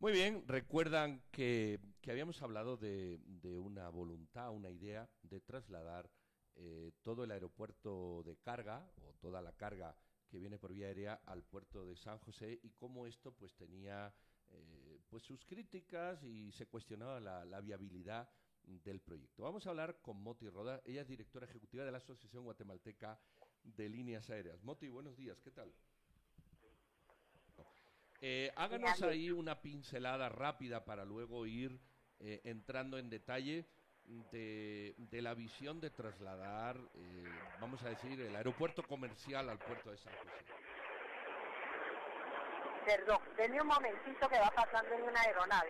Muy bien, recuerdan que habíamos hablado de una voluntad, una idea de trasladar todo el aeropuerto de carga o toda la carga que viene por vía aérea al puerto de San José y cómo esto pues tenía pues sus críticas y se cuestionaba la viabilidad del proyecto. Vamos a hablar con Moti Roda, ella es directora ejecutiva de la Asociación Guatemalteca de Líneas Aéreas. Moti, buenos días, ¿qué tal? Háganos ahí una pincelada rápida para luego ir entrando en detalle de la visión de trasladar, vamos a decir, el aeropuerto comercial al puerto de San José. Perdón, denme un momentito que va pasando en una aeronave.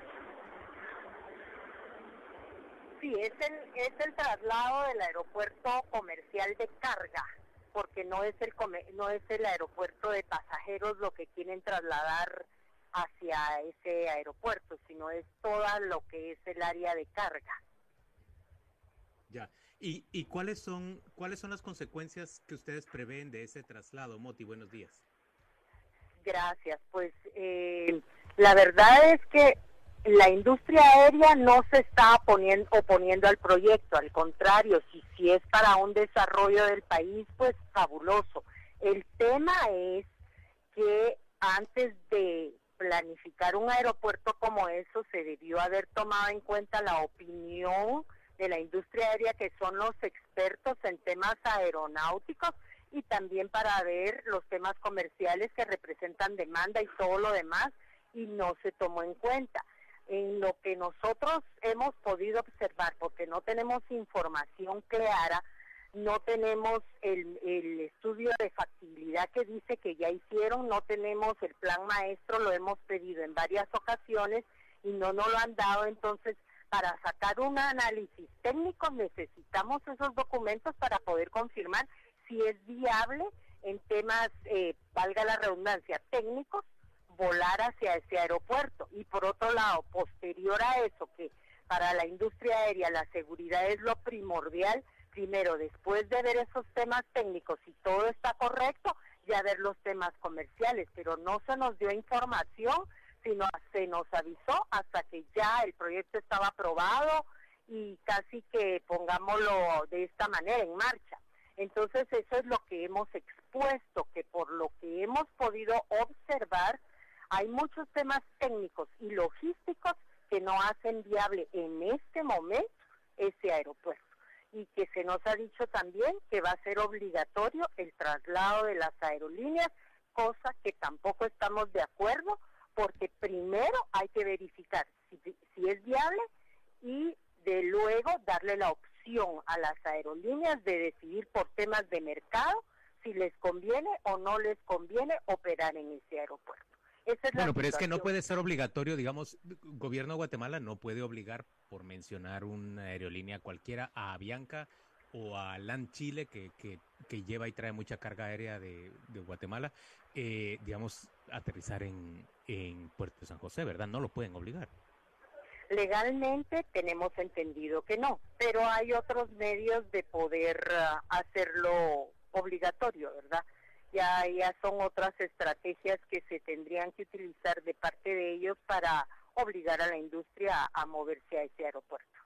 Sí, es el traslado del aeropuerto comercial de carga, porque no es el aeropuerto de pasajeros lo que quieren trasladar hacia ese aeropuerto, sino es toda lo que es el área de carga. Ya. ¿Y cuáles son las consecuencias que ustedes prevén de ese traslado? Moti, buenos días. Gracias. Pues la verdad es que la industria aérea no se está oponiendo al proyecto, al contrario, si es para un desarrollo del país, pues fabuloso. El tema es que antes de planificar un aeropuerto como eso, se debió haber tomado en cuenta la opinión de la industria aérea, que son los expertos en temas aeronáuticos, y también para ver los temas comerciales que representan demanda y todo lo demás, y no se tomó en cuenta. En lo que nosotros hemos podido observar, porque no tenemos información clara, no tenemos el estudio de factibilidad que dice que ya hicieron, no tenemos el plan maestro, lo hemos pedido en varias ocasiones y no nos lo han dado. Entonces, para sacar un análisis técnico necesitamos esos documentos para poder confirmar si es viable en temas, valga la redundancia, técnicos, volar hacia ese aeropuerto. Y por otro lado, posterior a eso, que para la industria aérea la seguridad es lo primordial, primero, después de ver esos temas técnicos, si todo está correcto, ya ver los temas comerciales, pero no se nos dio información, sino se nos avisó hasta que ya el proyecto estaba aprobado y casi que pongámoslo de esta manera en marcha. Entonces eso es lo que hemos expuesto, que por lo que hemos podido observar, hay muchos temas técnicos y logísticos que no hacen viable en este momento ese aeropuerto. Y que se nos ha dicho también que va a ser obligatorio el traslado de las aerolíneas, cosa que tampoco estamos de acuerdo, porque primero hay que verificar si es viable y de luego darle la opción a las aerolíneas de decidir por temas de mercado si les conviene o no les conviene operar en ese aeropuerto. Bueno, pero es que no puede ser obligatorio, digamos, el gobierno de Guatemala no puede obligar, por mencionar una aerolínea cualquiera, a Avianca o a LAN Chile, que lleva y trae mucha carga aérea de Guatemala, digamos, aterrizar en Puerto de San José, ¿verdad? No lo pueden obligar. Legalmente tenemos entendido que no, pero hay otros medios de poder hacerlo obligatorio, ¿verdad? Ya son otras estrategias que se tendrían que utilizar de parte de ellos para obligar a la industria a moverse a ese aeropuerto.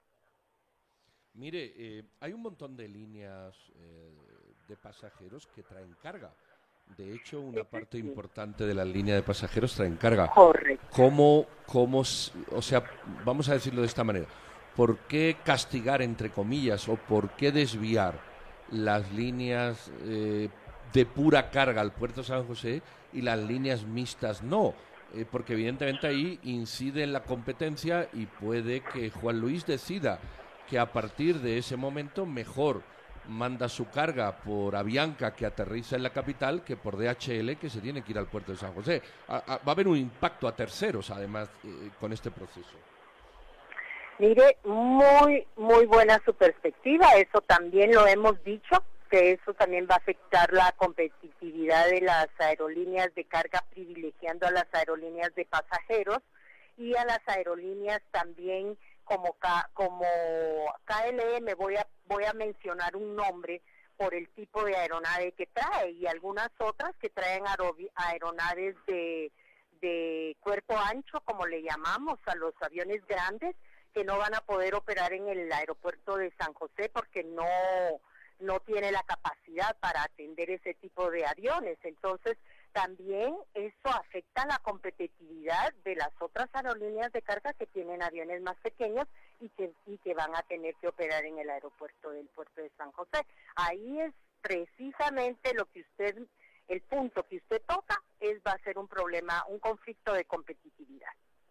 Mire, hay un montón de líneas de pasajeros que traen carga. De hecho, una parte importante de la línea de pasajeros traen carga. Correcto. O sea, vamos a decirlo de esta manera, ¿por qué castigar, entre comillas, o por qué desviar las líneas de pura carga al puerto de San José y las líneas mixtas no? Porque evidentemente ahí incide en la competencia y puede que Juan Luis decida que a partir de ese momento mejor manda su carga por Avianca, que aterriza en la capital, que por DHL, que se tiene que ir al puerto de San José. Va a haber un impacto a terceros, además, con este proceso. Mire, muy buena su perspectiva, eso también lo hemos dicho, que eso también va a afectar la competitividad de las aerolíneas de carga, privilegiando a las aerolíneas de pasajeros y a las aerolíneas también como KLM, voy a mencionar un nombre por el tipo de aeronave que trae, y algunas otras que traen aeronaves de de cuerpo ancho, como le llamamos a los aviones grandes, que no van a poder operar en el aeropuerto de San José porque no tiene la capacidad para atender ese tipo de aviones. Entonces, también eso afecta la competitividad de las otras aerolíneas de carga que tienen aviones más pequeños y que van a tener que operar en el aeropuerto del puerto de San José. Ahí es precisamente el punto que usted toca, va a ser un problema, un conflicto de competitividad.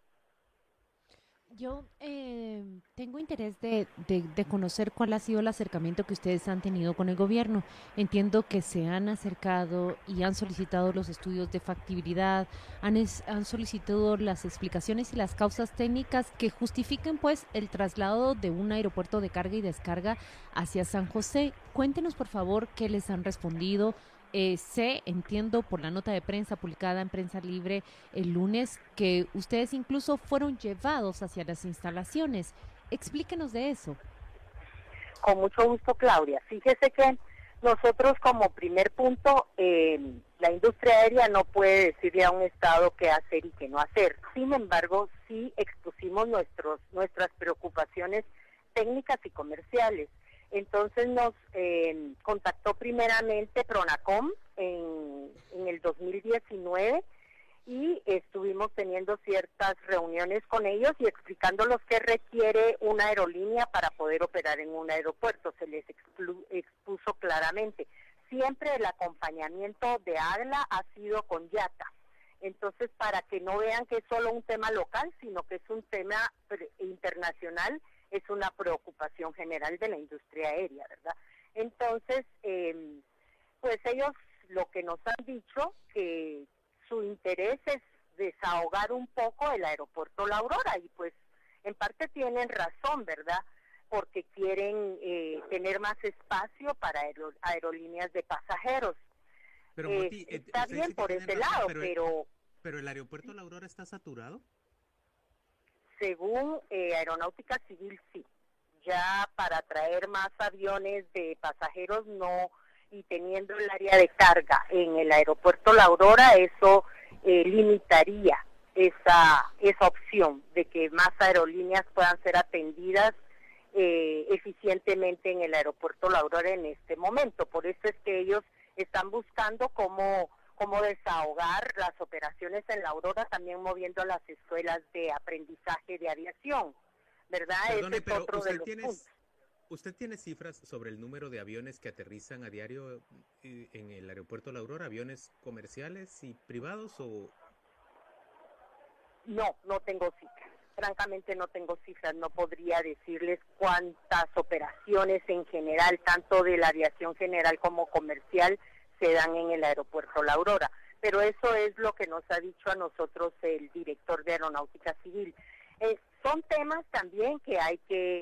Yo tengo interés de conocer cuál ha sido el acercamiento que ustedes han tenido con el gobierno. Entiendo que se han acercado y han solicitado los estudios de factibilidad, han solicitado las explicaciones y las causas técnicas que justifiquen pues el traslado de un aeropuerto de carga y descarga hacia San José. Cuéntenos por favor qué les han respondido. Entiendo por la nota de prensa publicada en Prensa Libre el lunes que ustedes incluso fueron llevados hacia las instalaciones. Explíquenos de eso. Con mucho gusto, Claudia. Fíjese que nosotros como primer punto, la industria aérea no puede decirle a un Estado qué hacer y qué no hacer. Sin embargo, sí expusimos nuestras preocupaciones técnicas y comerciales. Entonces nos contactó primeramente Pronacom en el 2019 y estuvimos teniendo ciertas reuniones con ellos y explicándoles qué requiere una aerolínea para poder operar en un aeropuerto. Se les expuso claramente. Siempre el acompañamiento de AGLA ha sido con YATA. Entonces, para que no vean que es solo un tema local, sino que es un tema internacional, es una preocupación general de la industria aérea, ¿verdad? Entonces, pues ellos lo que nos han dicho, que su interés es desahogar un poco el aeropuerto La Aurora, y pues en parte tienen razón, ¿verdad? Porque quieren tener más espacio para aerolíneas de pasajeros. Pero Moti, está bien sí por ese lado, pero ¿el aeropuerto La Aurora está saturado? Según Aeronáutica Civil, sí. Ya para traer más aviones de pasajeros no, y teniendo el área de carga en el aeropuerto La Aurora, eso limitaría esa opción de que más aerolíneas puedan ser atendidas eficientemente en el aeropuerto La Aurora en este momento. Por eso es que ellos están buscando cómo desahogar las operaciones en La Aurora, también moviendo a las escuelas de aprendizaje de aviación, ¿verdad? Perdone, ese es otro de los puntos. ¿Usted tiene cifras sobre el número de aviones que aterrizan a diario en el aeropuerto La Aurora? ¿Aviones comerciales y privados o...? No tengo cifras. Francamente no tengo cifras, no podría decirles cuántas operaciones en general, tanto de la aviación general como comercial, se dan en el aeropuerto La Aurora, pero eso es lo que nos ha dicho a nosotros el director de Aeronáutica Civil. Son temas también que hay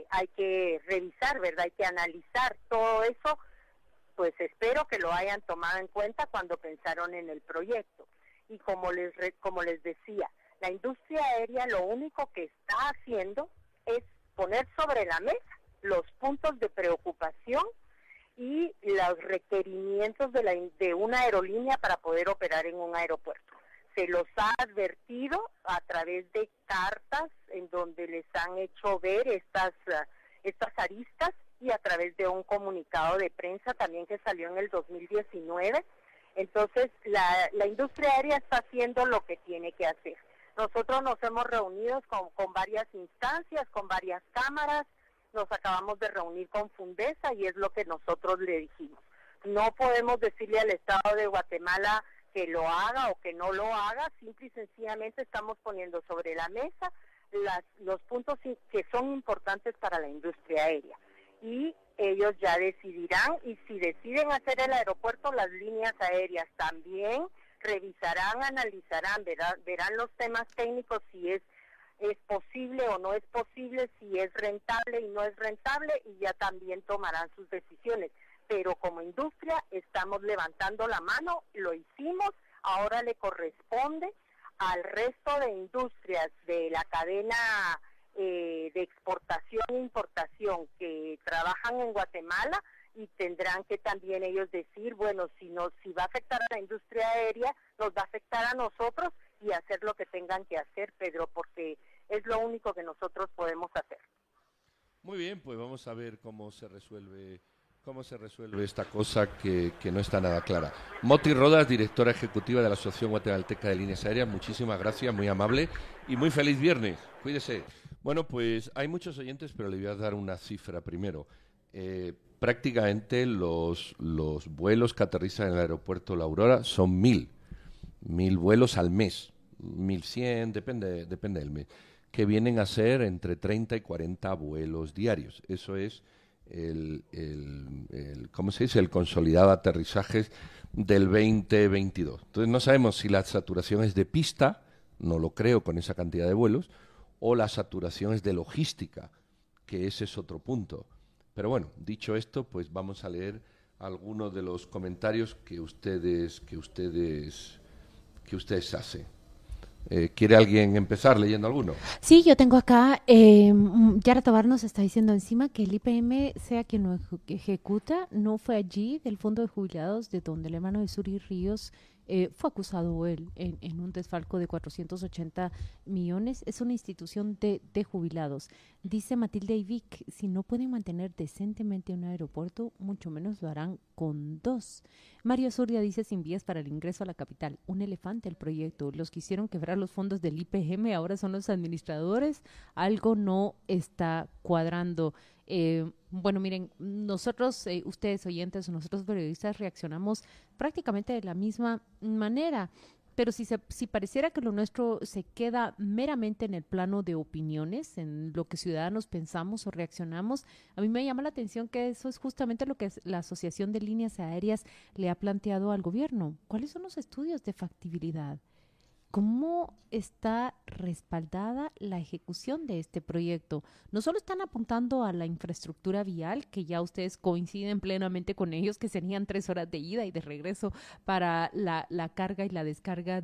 que revisar, ¿verdad? Hay que analizar todo eso, pues espero que lo hayan tomado en cuenta cuando pensaron en el proyecto. Y como les decía, la industria aérea lo único que está haciendo es poner sobre la mesa los puntos de preocupación y los requerimientos de una aerolínea para poder operar en un aeropuerto. Se los ha advertido a través de cartas en donde les han hecho ver estas aristas y a través de un comunicado de prensa también que salió en el 2019. Entonces, la industria aérea está haciendo lo que tiene que hacer. Nosotros nos hemos reunido con varias instancias, con varias cámaras. Nos acabamos de reunir con Fundesa y es lo que nosotros le dijimos. No podemos decirle al Estado de Guatemala que lo haga o que no lo haga, simple y sencillamente estamos poniendo sobre la mesa los puntos que son importantes para la industria aérea. Y ellos ya decidirán, y si deciden hacer el aeropuerto, las líneas aéreas también revisarán, analizarán, verán los temas técnicos, si es posible o no es posible, si es rentable y no es rentable, y ya también tomarán sus decisiones. Pero como industria estamos levantando la mano, lo hicimos, ahora le corresponde al resto de industrias de la cadena de exportación e importación que trabajan en Guatemala, y tendrán que también ellos decir, bueno, si va a afectar a la industria aérea, nos va a afectar a nosotros, y hacer lo que tengan que hacer, Pedro, porque es lo único que nosotros podemos hacer. Muy bien, pues vamos a ver cómo se resuelve esta cosa que no está nada clara. Moti Rodas, directora ejecutiva de la Asociación Guatemalteca de Líneas Aéreas, muchísimas gracias, muy amable y muy feliz viernes. Cuídese. Bueno, pues hay muchos oyentes, pero le voy a dar una cifra primero. Prácticamente los vuelos que aterrizan en el aeropuerto La Aurora son 1.000 vuelos al mes, 1.100, depende del mes, que vienen a ser entre 30 y 40 vuelos diarios. Eso es ¿cómo se dice? El consolidado de aterrizajes del 2022. Entonces no sabemos si la saturación es de pista, no lo creo con esa cantidad de vuelos, o la saturación es de logística, que ese es otro punto. Pero bueno, dicho esto, pues vamos a leer algunos de los comentarios que ustedes hacen. ¿Quiere alguien empezar leyendo alguno? Sí, yo tengo acá, Yara Tobar nos está diciendo encima que el IPM, sea quien lo ejecuta, no fue allí del Fondo de Jubilados de donde el hermano de Suri Ríos fue acusado él en un desfalco de 480 millones. Es una institución de jubilados. Dice Matilde Ivic, si no pueden mantener decentemente un aeropuerto, mucho menos lo harán con 2. Mario Zurdia dice, sin vías para el ingreso a la capital, un elefante el proyecto. Los que hicieron quebrar los fondos del IPM ahora son los administradores. Algo no está cuadrando. Bueno, miren, nosotros, ustedes oyentes, nosotros periodistas reaccionamos prácticamente de la misma manera, pero si pareciera que lo nuestro se queda meramente en el plano de opiniones, en lo que ciudadanos pensamos o reaccionamos, a mí me llama la atención que eso es justamente lo que la Asociación de Líneas Aéreas le ha planteado al gobierno. ¿Cuáles son los estudios de factibilidad? ¿Cómo está respaldada la ejecución de este proyecto? No solo están apuntando a la infraestructura vial, que ya ustedes coinciden plenamente con ellos, que serían 3 horas de ida y de regreso para la carga y la descarga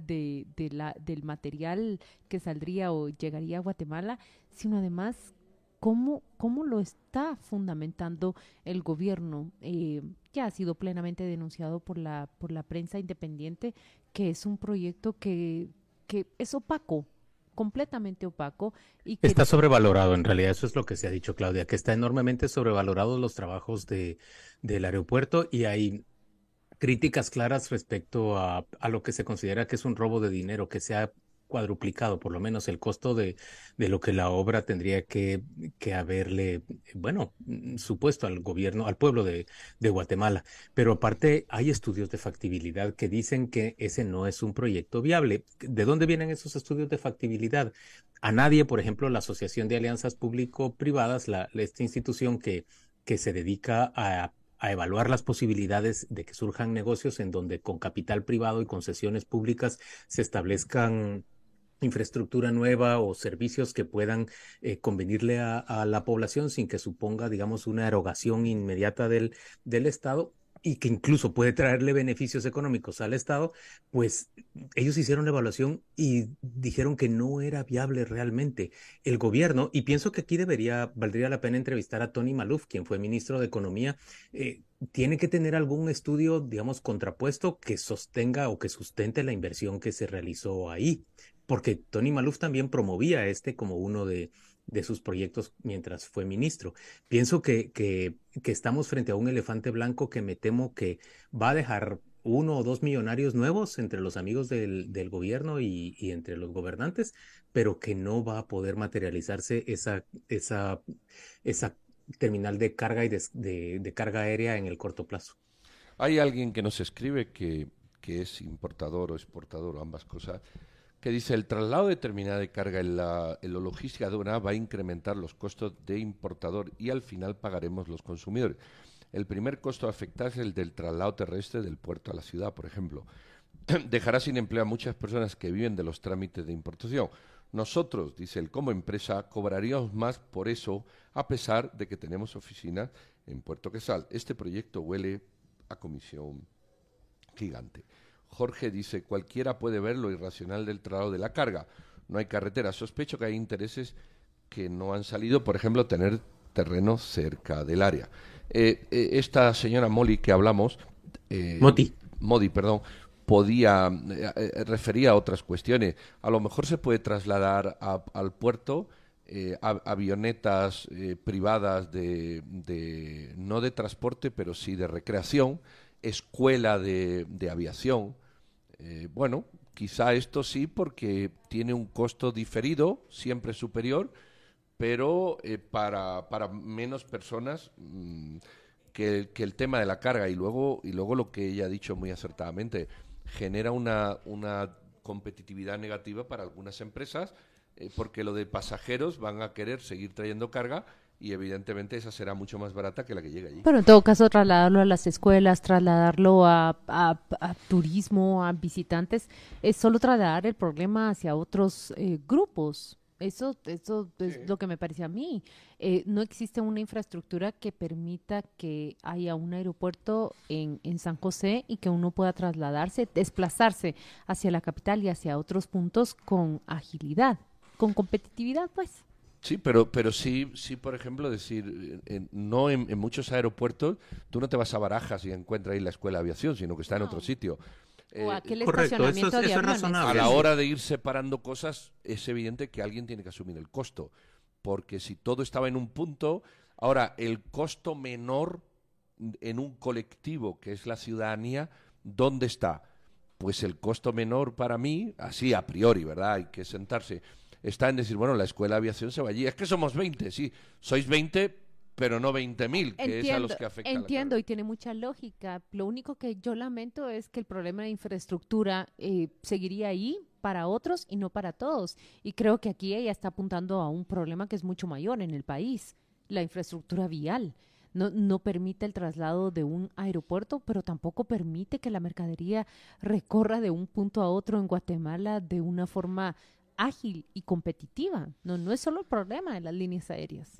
del material que saldría o llegaría a Guatemala, sino además cómo lo está fundamentando el gobierno. Ya ha sido plenamente denunciado por la prensa independiente, que es un proyecto que es opaco, completamente opaco. Y que está sobrevalorado, en realidad, eso es lo que se ha dicho, Claudia, que está enormemente sobrevalorado los trabajos del aeropuerto, y hay críticas claras respecto a lo que se considera que es un robo de dinero, que se ha cuadruplicado por lo menos el costo de lo que la obra tendría que haberle, bueno, supuesto al gobierno, al pueblo de Guatemala. Pero aparte hay estudios de factibilidad que dicen que ese no es un proyecto viable. ¿De dónde vienen esos estudios de factibilidad? A nadie, por ejemplo, la Asociación de Alianzas Público-Privadas, esta institución que se dedica a evaluar las posibilidades de que surjan negocios en donde con capital privado y concesiones públicas se establezcan infraestructura nueva o servicios que puedan convenirle a la población sin que suponga, digamos, una erogación inmediata del Estado, y que incluso puede traerle beneficios económicos al Estado. Pues ellos hicieron la evaluación y dijeron que no era viable realmente. El gobierno, y pienso que aquí valdría la pena entrevistar a Tony Maluf, quien fue ministro de Economía, tiene que tener algún estudio, digamos, contrapuesto que sostenga o que sustente la inversión que se realizó ahí. Porque Tony Maluf también promovía como uno de sus proyectos mientras fue ministro. Pienso que estamos frente a un elefante blanco que me temo que va a dejar 1 o 2 millonarios nuevos entre los amigos del gobierno y entre los gobernantes, pero que no va a poder materializarse esa terminal de carga y de carga aérea en el corto plazo. Hay alguien que nos escribe que es importador o exportador o ambas cosas, que dice: el traslado de terminal de carga en la logística aduana va a incrementar los costos de importador y al final pagaremos los consumidores. El primer costo a afectar es el del traslado terrestre del puerto a la ciudad, por ejemplo. Dejará sin empleo a muchas personas que viven de los trámites de importación. Nosotros, dice él, como empresa, cobraríamos más por eso, a pesar de que tenemos oficinas en Puerto Quesal. Este proyecto huele a comisión gigante. Jorge dice: cualquiera puede ver lo irracional del traslado de la carga. No hay carretera. Sospecho que hay intereses que no han salido, por ejemplo, tener terreno cerca del área. Esta señora Modi que hablamos... Modi, perdón. refería a otras cuestiones. A lo mejor se puede trasladar al puerto avionetas privadas no de transporte, pero sí de recreación, escuela de aviación. Bueno, quizá esto sí, porque tiene un costo diferido, siempre superior, pero para menos personas que el tema de la carga. Y luego lo que ella ha dicho muy acertadamente, genera una competitividad negativa para algunas empresas, porque lo de pasajeros van a querer seguir trayendo carga y evidentemente esa será mucho más barata que la que llega allí. Pero en todo caso, trasladarlo a las escuelas, trasladarlo a turismo, a visitantes, es solo trasladar el problema hacia otros grupos. Eso es lo que me parece a mí. No existe una infraestructura que permita que haya un aeropuerto en San José y que uno pueda trasladarse, desplazarse hacia la capital y hacia otros puntos con agilidad, con competitividad, pues. Sí, pero sí, por ejemplo, decir, no en muchos aeropuertos, tú no te vas a Barajas y encuentras ahí la escuela de aviación, sino que está en otro sitio. O aquel correcto, estacionamiento de eso es aviones. razonable. A la hora de ir separando cosas, es evidente que alguien tiene que asumir el costo, porque si todo estaba en un punto, ahora el costo menor en un colectivo, que es la ciudadanía, ¿dónde está? Pues el costo menor para mí, así a priori, ¿verdad? Hay que sentarse, está en decir, bueno, la escuela de aviación se va allí. Es que somos 20, sí, sois 20, pero no 20.000, que es a los que afecta Entiendo, la y tiene mucha lógica. Lo único que yo lamento es que el problema de infraestructura seguiría ahí para otros y no para todos. Y creo que aquí ella está apuntando a un problema que es mucho mayor en el país, la infraestructura vial. No permite el traslado de un aeropuerto, pero tampoco permite que la mercadería recorra de un punto a otro en Guatemala de una forma ágil y competitiva. No es solo el problema de las líneas aéreas.